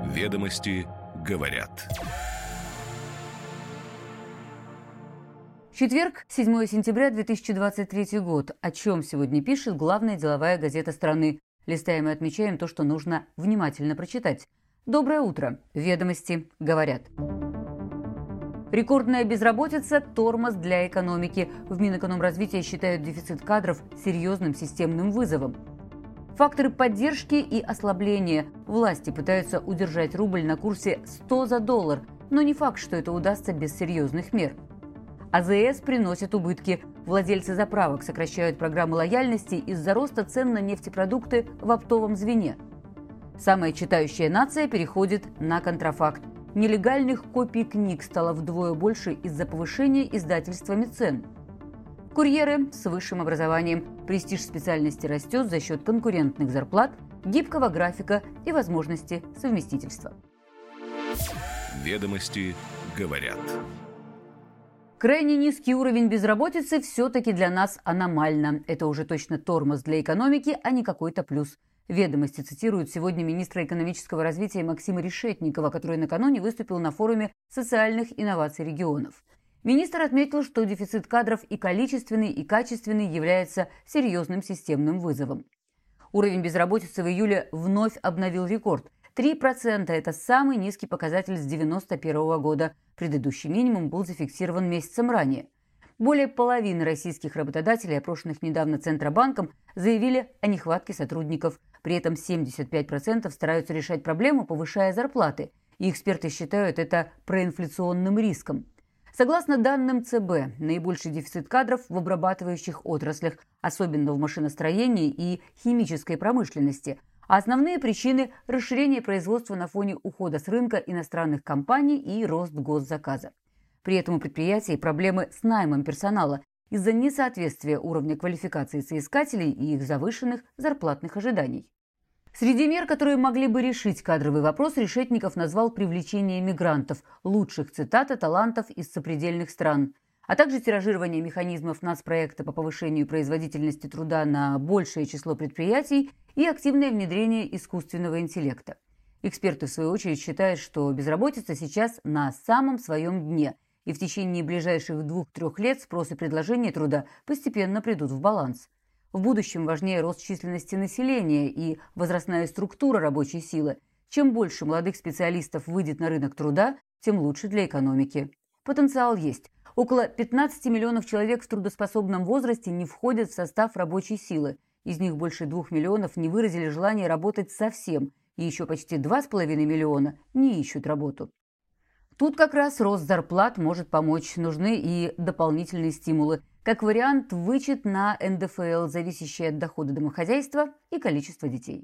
Ведомости говорят. Четверг, 7 сентября 2023 год. О чем сегодня пишет главная деловая газета страны. Листаем и отмечаем то, что нужно внимательно прочитать. Доброе утро. Ведомости говорят. Рекордная безработица – тормоз для экономики. В Минэкономразвития считают дефицит кадров серьезным системным вызовом. Факторы поддержки и ослабления. Власти пытаются удержать рубль на курсе 100 за доллар, но не факт, что это удастся без серьезных мер. АЗС приносит убытки. Владельцы заправок сокращают программы лояльности из-за роста цен на нефтепродукты в оптовом звене. Самая читающая нация переходит на контрафакт. Нелегальных копий книг стало вдвое больше из-за повышения издательствами цен. Курьеры с высшим образованием. Престиж специальности растет за счет конкурентных зарплат, гибкого графика и возможности совместительства. Ведомости говорят. Крайне низкий уровень безработицы все-таки для нас аномально. Это уже точно тормоз для экономики, а не какой-то плюс. Ведомости цитируют сегодня министра экономического развития Максима Решетникова, который накануне выступил на форуме социальных инноваций регионов. Министр отметил, что дефицит кадров и количественный, и качественный является серьезным системным вызовом. Уровень безработицы в июле вновь обновил рекорд. 3% – это самый низкий показатель с 1991 года. Предыдущий минимум был зафиксирован месяцем ранее. Более половины российских работодателей, опрошенных недавно Центробанком, заявили о нехватке сотрудников. При этом 75% стараются решать проблему, повышая зарплаты. И эксперты считают это проинфляционным риском. Согласно данным ЦБ, наибольший дефицит кадров в обрабатывающих отраслях, особенно в машиностроении и химической промышленности. А основные причины – расширение производства на фоне ухода с рынка иностранных компаний и рост госзаказа. При этом у предприятий проблемы с наймом персонала из-за несоответствия уровня квалификации соискателей и их завышенных зарплатных ожиданий. Среди мер, которые могли бы решить кадровый вопрос, Решетников назвал привлечение мигрантов, лучших, цитата, талантов из сопредельных стран, а также тиражирование механизмов нацпроекта по повышению производительности труда на большее число предприятий и активное внедрение искусственного интеллекта. Эксперты, в свою очередь, считают, что безработица сейчас на самом своем дне, и в течение ближайших 2-3 лет спрос и предложение труда постепенно придут в баланс. В будущем важнее рост численности населения и возрастная структура рабочей силы. Чем больше молодых специалистов выйдет на рынок труда, тем лучше для экономики. Потенциал есть. Около 15 миллионов человек в трудоспособном возрасте не входят в состав рабочей силы. Из них больше 2 миллионов не выразили желание работать совсем, и еще почти 2,5 миллиона не ищут работу. Тут как раз рост зарплат может помочь. Нужны и дополнительные стимулы. Как вариант, вычет на НДФЛ, зависящий от дохода домохозяйства и количества детей.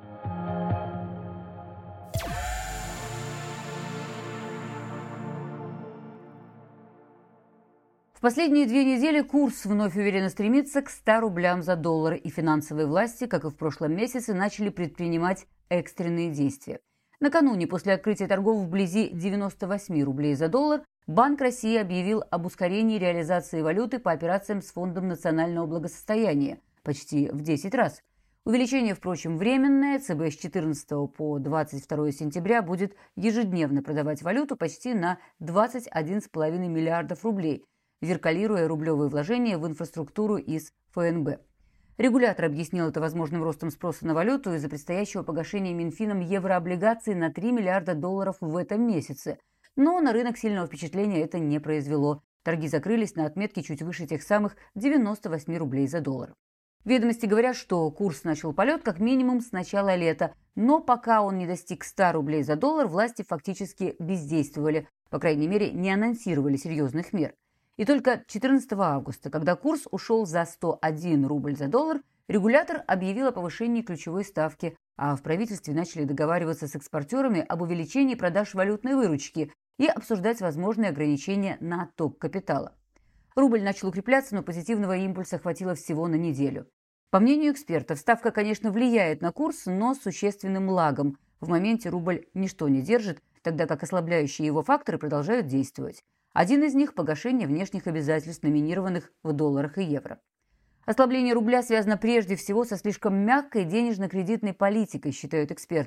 В последние 2 недели курс вновь уверенно стремится к 100 рублям за доллар, и финансовые власти, как и в прошлом месяце, начали предпринимать экстренные действия. Накануне, после открытия торгов вблизи 98 рублей за доллар, Банк России объявил об ускорении реализации валюты по операциям с Фондом национального благосостояния почти в 10 раз. Увеличение, впрочем, временное. ЦБ с 14 по 22 сентября будет ежедневно продавать валюту почти на 21,5 миллиардов рублей, зеркалируя рублевые вложения в инфраструктуру из ФНБ. Регулятор объяснил это возможным ростом спроса на валюту из-за предстоящего погашения Минфином еврооблигаций на 3 миллиарда долларов в этом месяце. Но на рынок сильного впечатления это не произвело. Торги закрылись на отметке чуть выше тех самых 98 рублей за доллар. Ведомости говорят, что курс начал полет как минимум с начала лета, но пока он не достиг 100 рублей за доллар, власти фактически бездействовали, по крайней мере, не анонсировали серьезных мер. И только 14 августа, когда курс ушел за 101 рубль за доллар, регулятор объявил о повышении ключевой ставки, а в правительстве начали договариваться с экспортерами об увеличении продаж валютной выручки и обсуждать возможные ограничения на отток капитала. Рубль начал укрепляться, но позитивного импульса хватило всего на неделю. По мнению экспертов, ставка, конечно, влияет на курс, но с существенным лагом. В моменте рубль ничто не держит, тогда как ослабляющие его факторы продолжают действовать. Один из них – погашение внешних обязательств, номинированных в долларах и евро. Ослабление рубля связано прежде всего со слишком мягкой денежно-кредитной политикой, считают эксперты.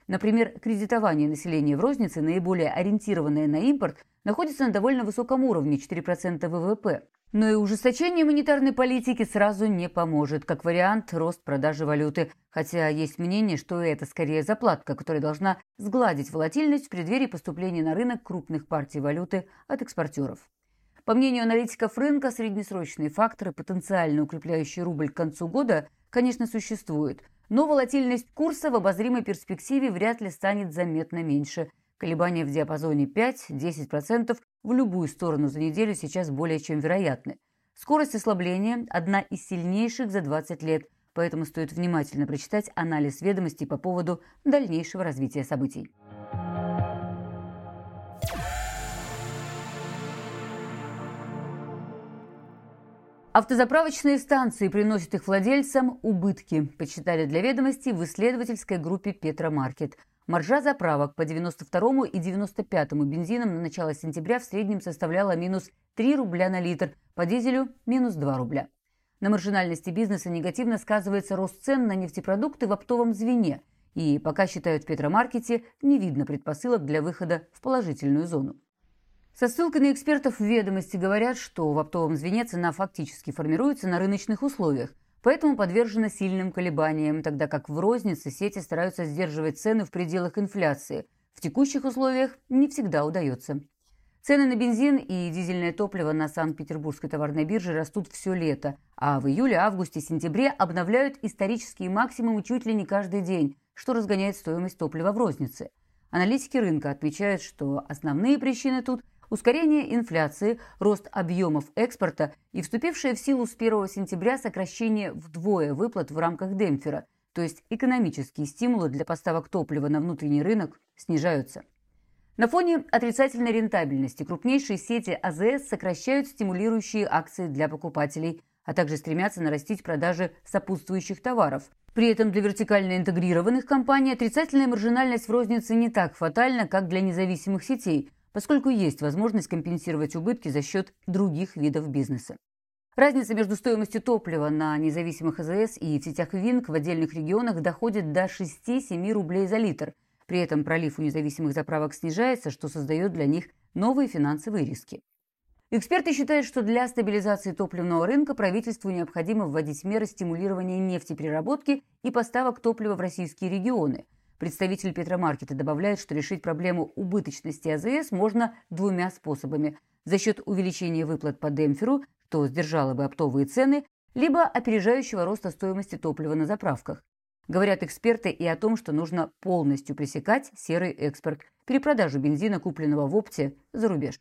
Например, кредитование населения в рознице, наиболее ориентированное на импорт, находится на довольно высоком уровне – 4% ВВП. Но и ужесточение монетарной политики сразу не поможет. Как вариант, рост продажи валюты. Хотя есть мнение, что это скорее заплатка, которая должна сгладить волатильность в преддверии поступления на рынок крупных партий валюты от экспортеров. По мнению аналитиков рынка, среднесрочные факторы, потенциально укрепляющие рубль к концу года, конечно, существуют. Но волатильность курса в обозримой перспективе вряд ли станет заметно меньше. Колебания в диапазоне 5-10% в любую сторону за неделю сейчас более чем вероятны. Скорость ослабления – одна из сильнейших за 20 лет, поэтому стоит внимательно прочитать анализ ведомостей по поводу дальнейшего развития событий. Автозаправочные станции приносят их владельцам убытки, подсчитали для ведомостей в исследовательской группе «Петромаркет». Маржа заправок по 92-му и 95-му бензинам на начало сентября в среднем составляла минус 3 рубля на литр, по дизелю – минус 2 рубля. На маржинальности бизнеса негативно сказывается рост цен на нефтепродукты в оптовом звене, и, пока считают в Петромаркете, не видно предпосылок для выхода в положительную зону. Со ссылкой на экспертов в ведомости говорят, что в оптовом звене цена фактически формируется на рыночных условиях, поэтому подвержена сильным колебаниям, тогда как в рознице сети стараются сдерживать цены в пределах инфляции. В текущих условиях не всегда удается. Цены на бензин и дизельное топливо на Санкт-Петербургской товарной бирже растут все лето, а в июле, августе, сентябре обновляют исторические максимумы чуть ли не каждый день, что разгоняет стоимость топлива в рознице. Аналитики рынка отмечают, что основные причины тут – ускорение инфляции, рост объемов экспорта и вступившее в силу с 1 сентября сокращение вдвое выплат в рамках демпфера, то есть экономические стимулы для поставок топлива на внутренний рынок снижаются. На фоне отрицательной рентабельности крупнейшие сети АЗС сокращают стимулирующие акции для покупателей, а также стремятся нарастить продажи сопутствующих товаров. При этом для вертикально интегрированных компаний отрицательная маржинальность в рознице не так фатальна, как для независимых сетей, поскольку есть возможность компенсировать убытки за счет других видов бизнеса. Разница между стоимостью топлива на независимых АЗС и в сетях ВИНК в отдельных регионах доходит до 6-7 рублей за литр. При этом пролив у независимых заправок снижается, что создает для них новые финансовые риски. Эксперты считают, что для стабилизации топливного рынка правительству необходимо вводить меры стимулирования нефтепереработки и поставок топлива в российские регионы. Представитель Петромаркета добавляет, что решить проблему убыточности АЗС можно двумя способами – за счет увеличения выплат по демпферу, что сдержало бы оптовые цены, либо опережающего роста стоимости топлива на заправках. Говорят эксперты и о том, что нужно полностью пресекать серый экспорт, перепродажу бензина, купленного в опте, за рубеж.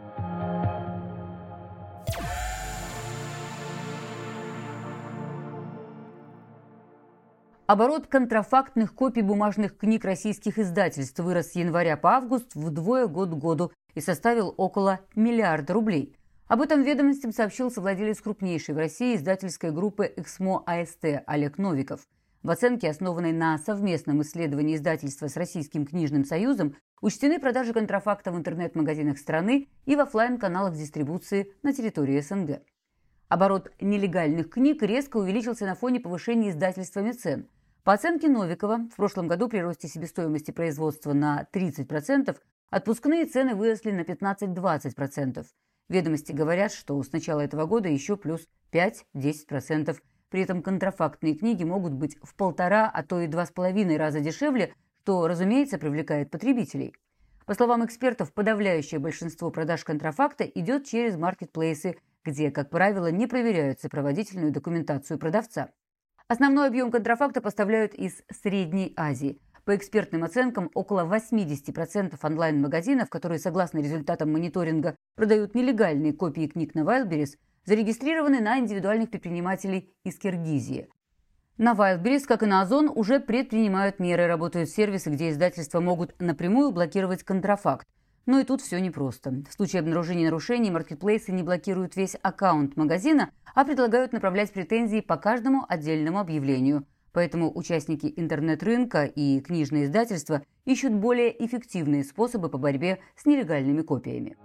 Оборот контрафактных копий бумажных книг российских издательств вырос с января по август вдвое год к году и составил около миллиарда рублей. Об этом ведомостям сообщил совладелец крупнейшей в России издательской группы «Эксмо АСТ» Олег Новиков. В оценке, основанной на совместном исследовании издательства с Российским книжным союзом, учтены продажи контрафакта в интернет-магазинах страны и в офлайн-каналах дистрибуции на территории СНГ. Оборот нелегальных книг резко увеличился на фоне повышения издательствами цен. По оценке Новикова, в прошлом году при росте себестоимости производства на 30% отпускные цены выросли на 15-20%. Ведомости говорят, что с начала этого года еще плюс 5-10%. При этом контрафактные книги могут быть в 1,5, а то и 2,5 раза дешевле, что, разумеется, привлекает потребителей. По словам экспертов, подавляющее большинство продаж контрафакта идет через маркетплейсы, где, как правило, не проверяют сопроводительную документацию продавца. Основной объем контрафакта поставляют из Средней Азии. По экспертным оценкам, около 80% онлайн-магазинов, которые, согласно результатам мониторинга, продают нелегальные копии книг на Wildberries, зарегистрированы на индивидуальных предпринимателей из Киргизии. На Wildberries, как и на Озон, уже предпринимают меры, работают сервисы, где издательства могут напрямую блокировать контрафакт. Но и тут все непросто. В случае обнаружения нарушений маркетплейсы не блокируют весь аккаунт магазина, а предлагают направлять претензии по каждому отдельному объявлению. Поэтому участники интернет-рынка и книжные издательства ищут более эффективные способы по борьбе с нелегальными копиями.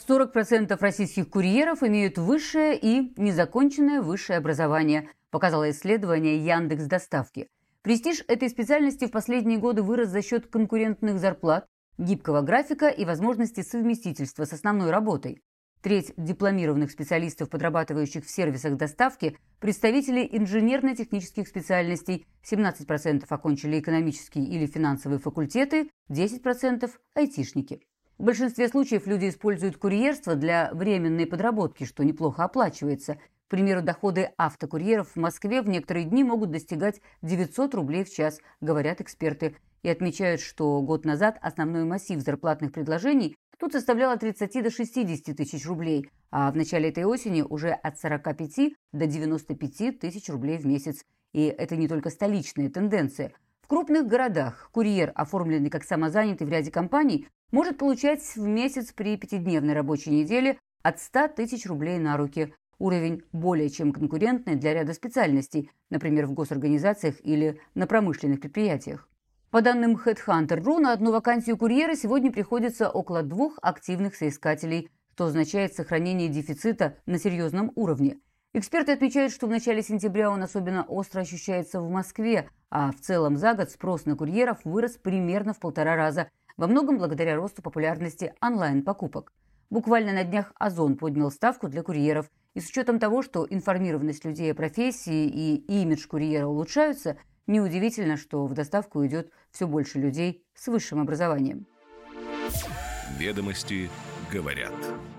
40% российских курьеров имеют высшее и незаконченное высшее образование, показало исследование Яндекс.Доставки. Престиж этой специальности в последние годы вырос за счет конкурентных зарплат, гибкого графика и возможности совместительства с основной работой. Треть дипломированных специалистов, подрабатывающих в сервисах доставки, представители инженерно-технических специальностей, 17% окончили экономические или финансовые факультеты, 10% – айтишники. В большинстве случаев люди используют курьерство для временной подработки, что неплохо оплачивается. К примеру, доходы автокурьеров в Москве в некоторые дни могут достигать 900 рублей в час, говорят эксперты. И отмечают, что год назад основной массив зарплатных предложений тут составлял от 30 до 60 тысяч рублей, а в начале этой осени уже от 45 до 95 тысяч рублей в месяц. И это не только столичная тенденция. В крупных городах курьер, оформленный как самозанятый в ряде компаний, может получать в месяц при 5-дневной рабочей неделе от 100 тысяч рублей на руки. Уровень более чем конкурентный для ряда специальностей, например, в госорганизациях или на промышленных предприятиях. По данным Headhunter.ru, на одну вакансию курьера сегодня приходится около 2 активных соискателей, что означает сохранение дефицита на серьезном уровне. Эксперты отмечают, что в начале сентября он особенно остро ощущается в Москве, а в целом за год спрос на курьеров вырос примерно в 1,5 раза, во многом благодаря росту популярности онлайн-покупок. Буквально на днях Озон поднял ставку для курьеров, и с учетом того, что информированность людей о профессии и имидж курьера улучшаются, неудивительно, что в доставку идет все больше людей с высшим образованием. Ведомости говорят.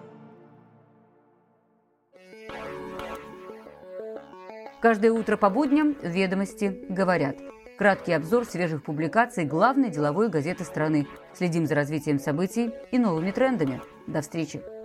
Каждое утро по будням «Ведомости говорят». Краткий обзор свежих публикаций главной деловой газеты страны. Следим за развитием событий и новыми трендами. До встречи!